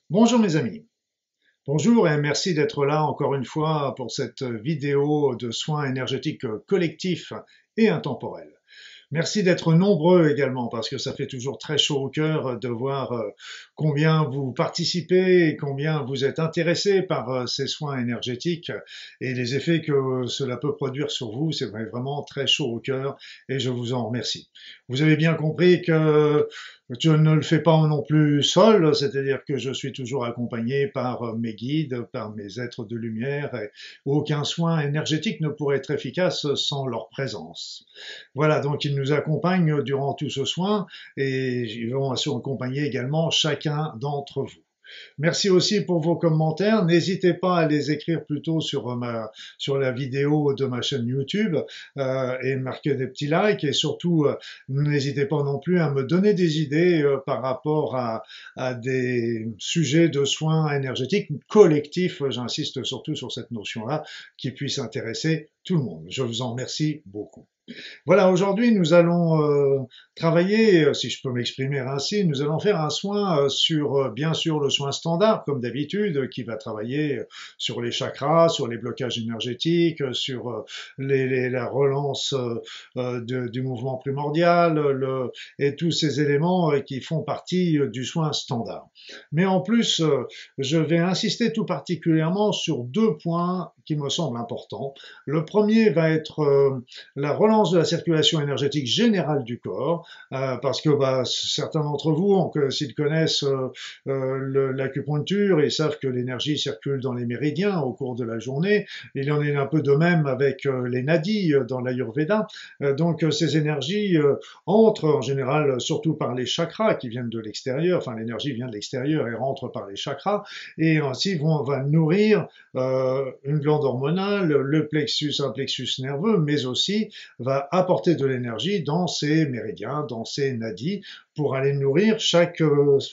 Bonjour mes amis, bonjour et merci d'être là encore une fois pour cette vidéo de soins énergétiques collectifs et intemporels. Merci d'être nombreux également parce que ça fait toujours très chaud au cœur de voir combien vous participez et combien vous êtes intéressés par ces soins énergétiques et les effets que cela peut produire sur vous. C'est vraiment très chaud au cœur et je vous en remercie. Vous avez bien compris que je ne le fais pas non plus seul, c'est-à-dire que je suis toujours accompagné par mes guides, par mes êtres de lumière et aucun soin énergétique ne pourrait être efficace sans leur présence. Voilà, donc ils nous accompagnent durant tout ce soin et ils vont accompagner également chacun d'entre vous. Merci aussi pour vos commentaires. N'hésitez pas à les écrire plutôt sur la vidéo de ma chaîne YouTube et marquer des petits likes. Et surtout, n'hésitez pas non plus à me donner des idées par rapport à des sujets de soins énergétiques collectifs. J'insiste surtout sur cette notion-là qui puisse intéresser tout le monde. Je vous en remercie beaucoup. Voilà, aujourd'hui nous allons travailler, si je peux m'exprimer ainsi, nous allons faire un soin sur, bien sûr, le soin standard, comme d'habitude, qui va travailler sur les chakras, sur les blocages énergétiques, sur la relance du mouvement primordial, et tous ces éléments qui font partie du soin standard. Mais en plus, je vais insister tout particulièrement sur deux points qui me semblent importants. Le premier va être la relance de la circulation énergétique générale du corps, parce que certains d'entre vous, s'ils connaissent l'acupuncture, ils savent que l'énergie circule dans les méridiens au cours de la journée. Il en est un peu de même avec les nadis dans l'Ayurveda. Donc ces énergies entrent en général surtout par les chakras qui viennent de l'extérieur, enfin l'énergie vient de l'extérieur et rentre par les chakras, et ainsi va nourrir une glande hormonale, un plexus nerveux, mais aussi va apporter de l'énergie dans ces méridiens, dans ces nadis, pour aller nourrir chaque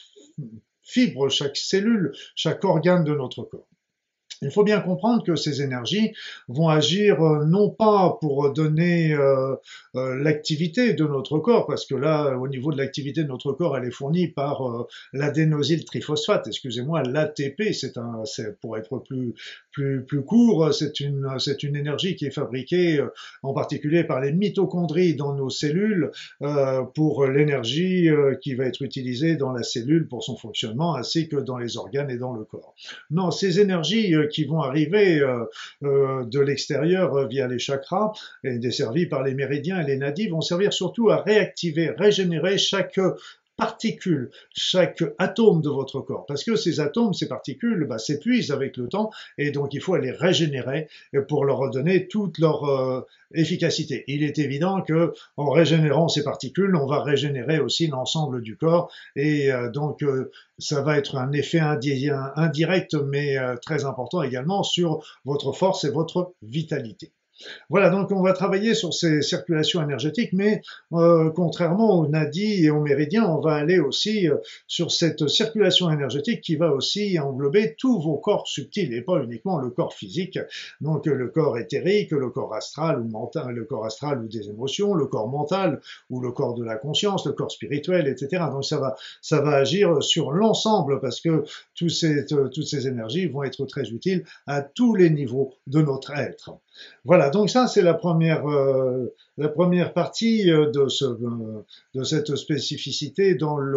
fibre, chaque cellule, chaque organe de notre corps. Il faut bien comprendre que ces énergies vont agir non pas pour donner l'activité de notre corps, parce que là, au niveau de l'activité de notre corps, elle est fournie par l'adénosyl triphosphate, excusez-moi, l'ATP, pour être plus court, c'est une énergie qui est fabriquée en particulier par les mitochondries dans nos cellules pour l'énergie qui va être utilisée dans la cellule pour son fonctionnement, ainsi que dans les organes et dans le corps. Non, ces énergies qui vont arriver de l'extérieur via les chakras et desservis par les méridiens et les nadis vont servir surtout à réactiver, régénérer chaque particule, chaque atome de votre corps. Parce que ces atomes, ces particules, s'épuisent avec le temps et donc il faut les régénérer pour leur redonner toute leur efficacité. Il est évident que en régénérant ces particules, on va régénérer aussi l'ensemble du corps et donc ça va être un effet indirect mais très important également sur votre force et votre vitalité. Voilà, donc on va travailler sur ces circulations énergétiques, mais contrairement aux nadis et aux méridiens, on va aller aussi sur cette circulation énergétique qui va aussi englober tous vos corps subtils et pas uniquement le corps physique, donc le corps éthérique, le corps astral ou mental, le corps astral ou des émotions, le corps mental ou le corps de la conscience, le corps spirituel, etc. Donc ça va agir sur l'ensemble parce que toutes ces énergies vont être très utiles à tous les niveaux de notre être. Voilà, donc ça c'est la première partie de cette spécificité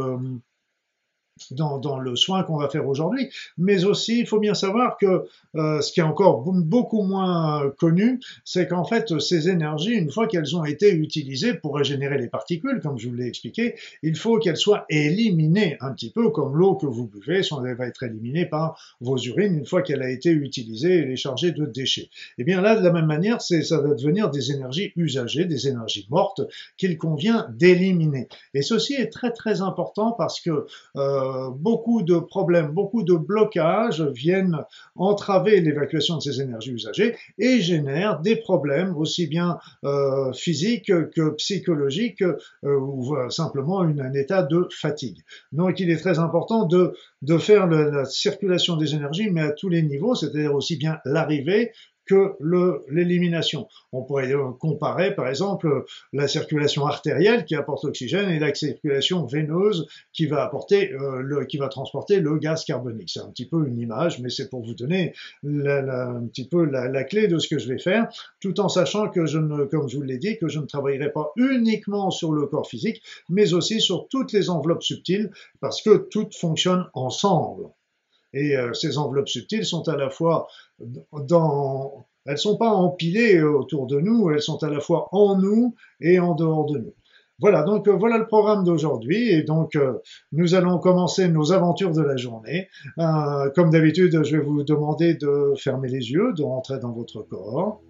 dans le soin qu'on va faire aujourd'hui, mais aussi il faut bien savoir que ce qui est encore beaucoup moins connu, c'est qu'en fait ces énergies, une fois qu'elles ont été utilisées pour régénérer les particules, comme je vous l'ai expliqué, il faut qu'elles soient éliminées un petit peu comme l'eau que vous buvez, elle va être éliminée par vos urines une fois qu'elle a été utilisée et chargée de déchets. Et bien là, de la même manière, ça va devenir des énergies usagées, des énergies mortes qu'il convient d'éliminer. Et ceci est très très important parce que beaucoup de problèmes, beaucoup de blocages viennent entraver l'évacuation de ces énergies usagées et génèrent des problèmes aussi bien physiques que psychologiques ou simplement un état de fatigue. Donc il est très important de faire la circulation des énergies, mais à tous les niveaux, c'est-à-dire aussi bien l'arrivée que l'élimination. On pourrait comparer par exemple la circulation artérielle qui apporte l'oxygène et la circulation veineuse qui va qui va transporter le gaz carbonique. C'est un petit peu une image, mais c'est pour vous donner un petit peu la clé de ce que je vais faire, tout en sachant que comme je vous l'ai dit, que je ne travaillerai pas uniquement sur le corps physique, mais aussi sur toutes les enveloppes subtiles, parce que toutes fonctionnent ensemble. Et ces enveloppes subtiles sont à la fois elles sont pas empilées autour de nous, elles sont à la fois en nous et en dehors de nous. Voilà, donc voilà le programme d'aujourd'hui et donc nous allons commencer nos aventures de la journée. Comme d'habitude, je vais vous demander de fermer les yeux, de rentrer dans votre corps,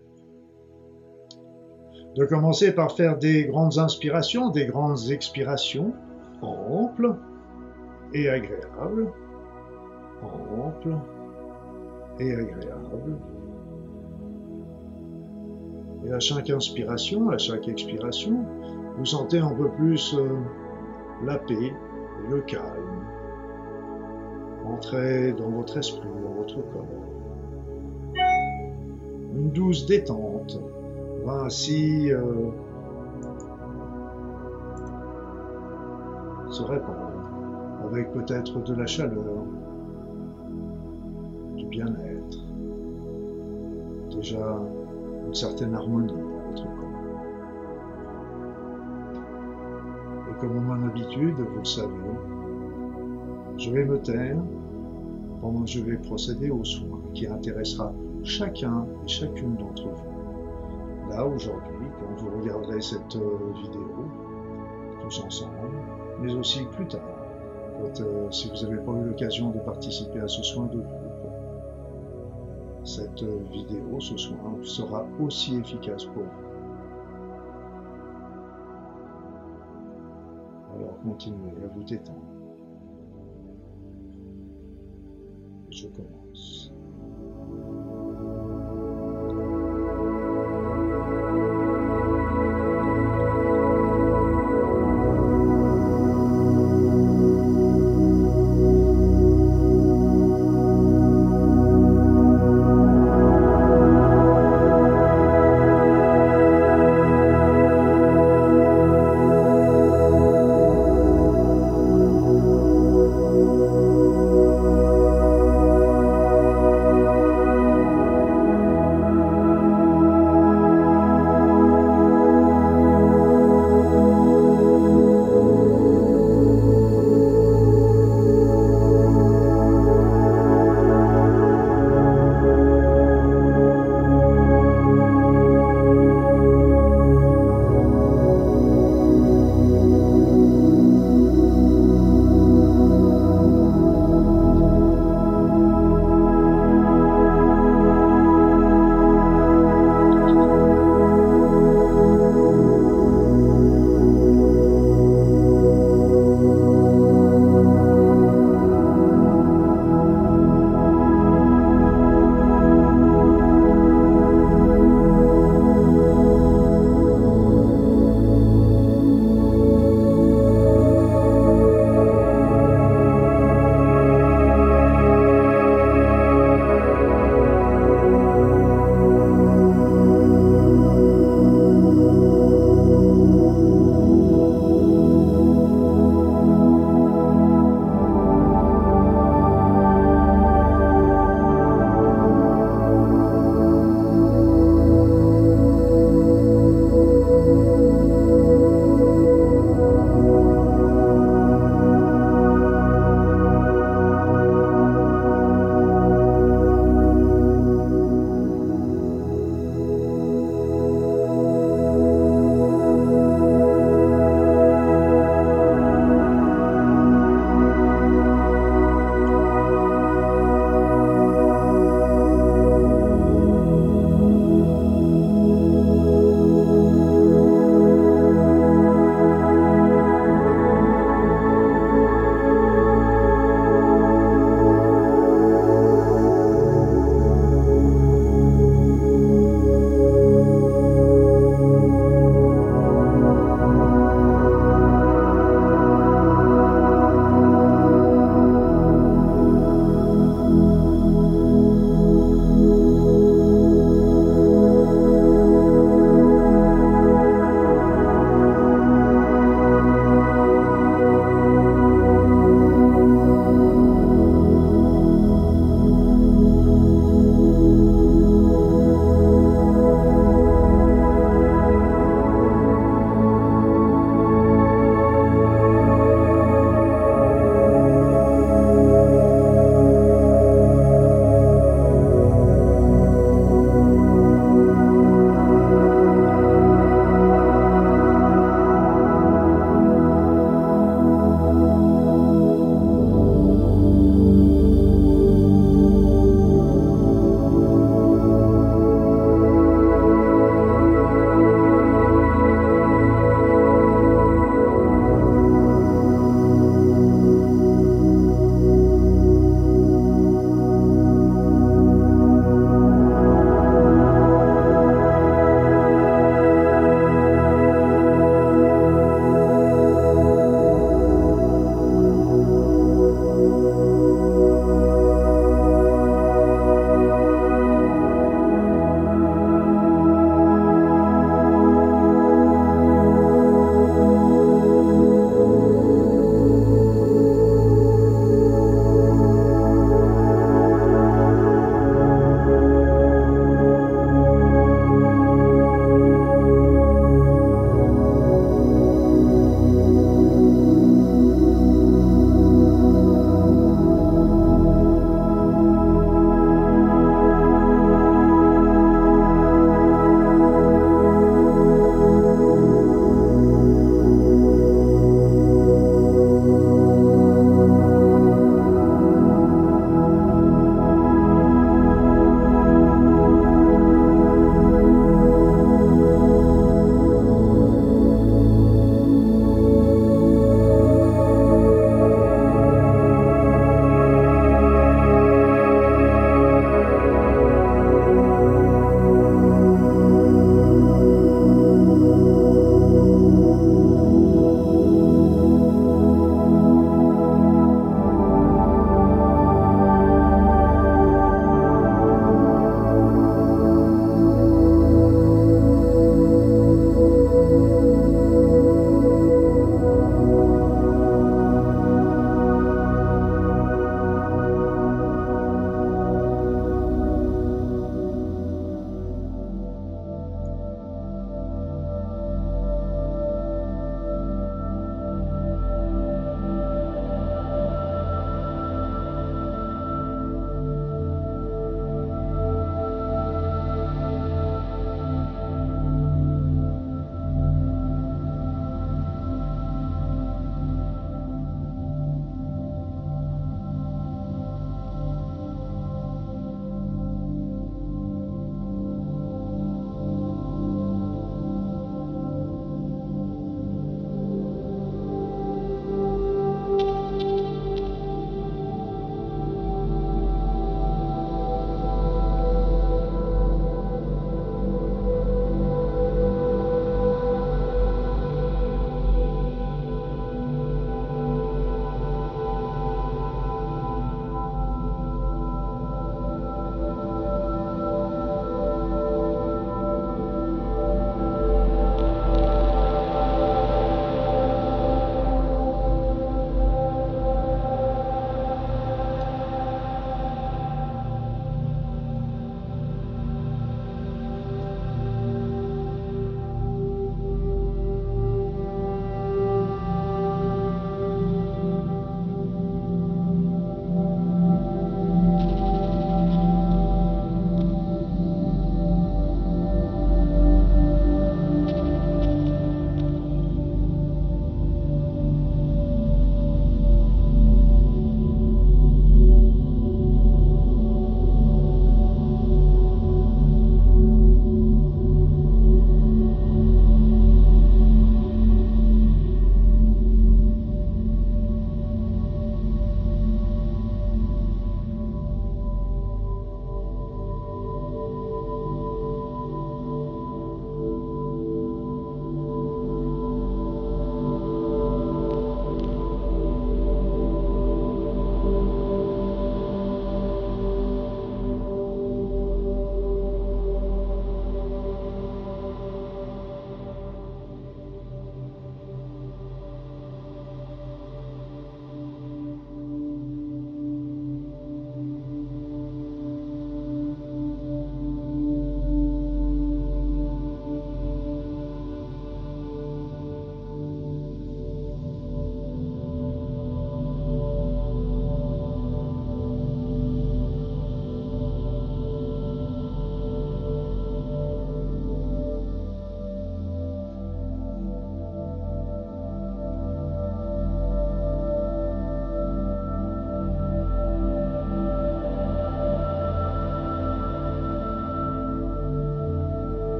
de commencer par faire des grandes inspirations, des grandes expirations, amples et agréables, amples et agréables. Et à chaque inspiration, à chaque expiration, vous sentez un peu plus la paix et le calme entrer dans votre esprit, dans votre corps. Une douce détente va ainsi se répandre avec peut-être de la chaleur, du bien-être, déjà une certaine harmonie dans votre corps. Et comme à mon habitude, vous le savez, je vais me taire pendant que je vais procéder au soin qui intéressera chacun et chacune d'entre vous. Là, aujourd'hui, quand vous regarderez cette vidéo, tous ensemble, mais aussi plus tard, si vous n'avez pas eu l'occasion de participer à ce soin de groupe, cette vidéo, ce soin, sera aussi efficace pour vous. Alors continuez à vous détendre. Je commence.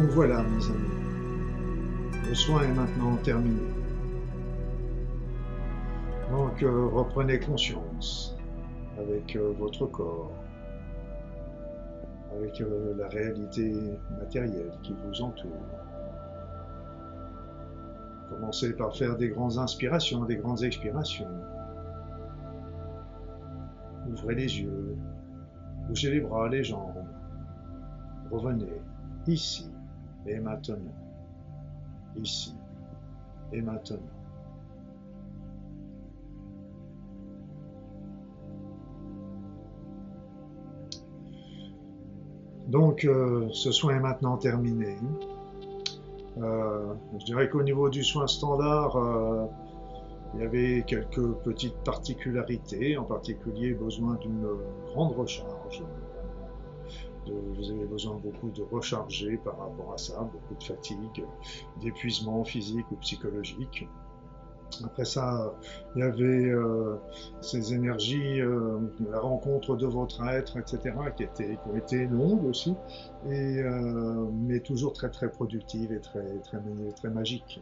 Donc voilà, mes amis, le soin est maintenant terminé. Donc reprenez conscience avec votre corps, avec la réalité matérielle qui vous entoure. Commencez par faire des grandes inspirations, des grandes expirations. Ouvrez les yeux, bougez les bras, les jambes. Revenez ici et maintenant. Ici et maintenant. Donc, ce soin est maintenant terminé. Je dirais qu'au niveau du soin standard, il y avait quelques petites particularités, en particulier besoin d'une grande recharge. Vous avez besoin beaucoup de recharger par rapport à ça, beaucoup de fatigue, d'épuisement physique ou psychologique. Après ça, il y avait ces énergies, la rencontre de votre être, etc., qui ont été longues aussi, mais toujours très très productives et très magiques.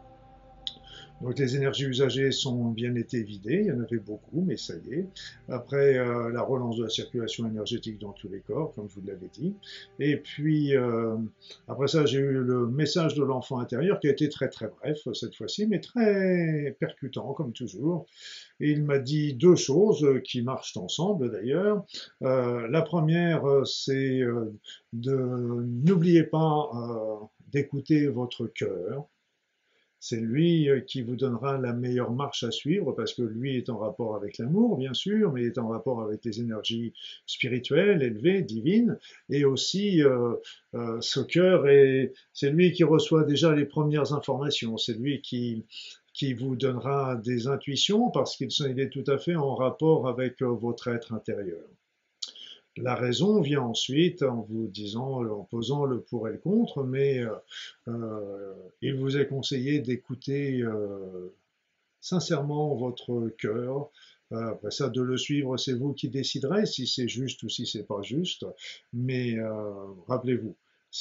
Donc les énergies usagées sont bien été vidées, il y en avait beaucoup, mais ça y est. Après la relance de la circulation énergétique dans tous les corps, comme je vous l'avais dit. Et puis après ça, j'ai eu le message de l'enfant intérieur qui a été très très bref cette fois-ci, mais très percutant comme toujours. Et il m'a dit deux choses qui marchent ensemble d'ailleurs. La première, c'est de n'oubliez pas d'écouter votre cœur. C'est lui qui vous donnera la meilleure marche à suivre parce que lui est en rapport avec l'amour, bien sûr, mais il est en rapport avec les énergies spirituelles, élevées, divines. Et aussi, ce cœur, c'est lui qui reçoit déjà les premières informations. C'est lui qui vous donnera des intuitions parce qu'il est tout à fait en rapport avec votre être intérieur. La raison vient ensuite en vous disant, en posant le pour et le contre, mais il vous est conseillé d'écouter sincèrement votre cœur. Après ça, de le suivre, c'est vous qui déciderez si c'est juste ou si c'est pas juste. Mais rappelez-vous,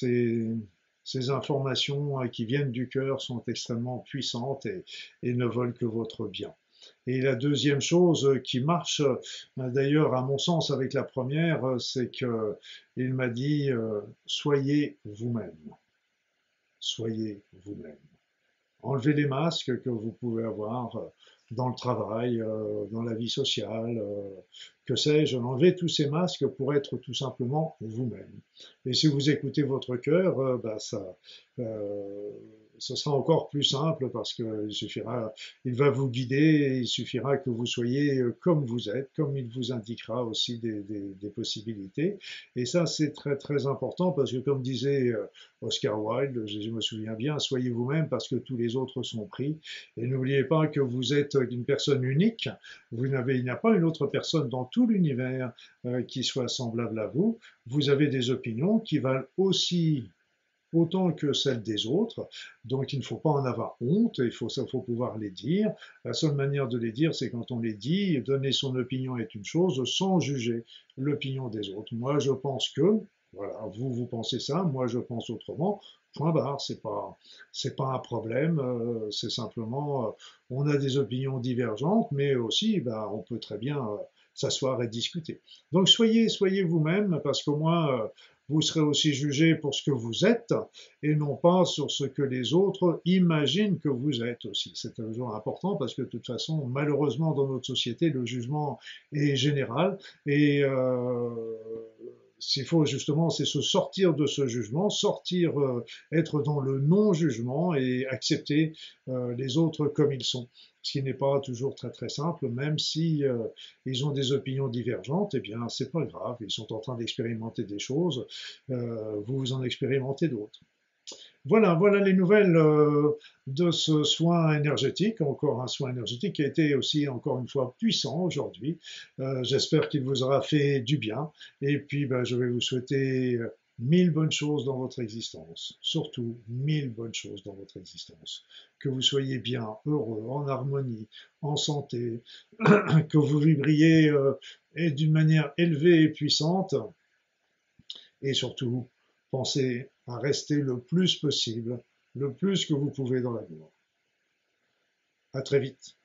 ces informations qui viennent du cœur sont extrêmement puissantes et ne veulent que votre bien. Et la deuxième chose qui marche, d'ailleurs à mon sens avec la première, c'est qu'il m'a dit soyez vous-même, soyez vous-même. Enlevez les masques que vous pouvez avoir dans le travail, dans la vie sociale, que sais-je, enlevez tous ces masques pour être tout simplement vous-même. Et si vous écoutez votre cœur, ce sera encore plus simple parce il va vous guider, il suffira que vous soyez comme vous êtes, comme il vous indiquera aussi des possibilités. Et ça, c'est très très important parce que comme disait Oscar Wilde, je me souviens bien, soyez vous-même parce que tous les autres sont pris. Et n'oubliez pas que vous êtes une personne unique. Il n'y a pas une autre personne dans tout l'univers qui soit semblable à vous. Vous avez des opinions qui valent aussi autant que celles des autres, donc il ne faut pas en avoir honte, il faut pouvoir les dire. La seule manière de les dire, c'est quand on les dit, donner son opinion est une chose, sans juger l'opinion des autres. Moi, je pense que, voilà, vous pensez ça, moi je pense autrement, point barre, c'est pas un problème, c'est simplement, on a des opinions divergentes, mais aussi, on peut très bien s'asseoir et discuter. Donc soyez vous-même, parce qu'au moins, vous serez aussi jugé pour ce que vous êtes et non pas sur ce que les autres imaginent que vous êtes aussi. C'est toujours important parce que de toute façon, malheureusement, dans notre société, le jugement est général et s'il faut justement, c'est se sortir de ce jugement, être dans le non-jugement et accepter les autres comme ils sont. Ce qui n'est pas toujours très très simple, même si ils ont des opinions divergentes, eh bien c'est pas grave, ils sont en train d'expérimenter des choses, vous en expérimentez d'autres. Voilà les nouvelles de ce soin énergétique, encore un soin énergétique qui a été aussi encore une fois puissant aujourd'hui. J'espère qu'il vous aura fait du bien et puis je vais vous souhaiter 1000 bonnes choses dans votre existence, surtout 1000 bonnes choses dans votre existence. Que vous soyez bien, heureux, en harmonie, en santé, que vous vibriez d'une manière élevée et puissante et surtout Pensez à rester le plus possible, le plus que vous pouvez dans l'amour. À très vite.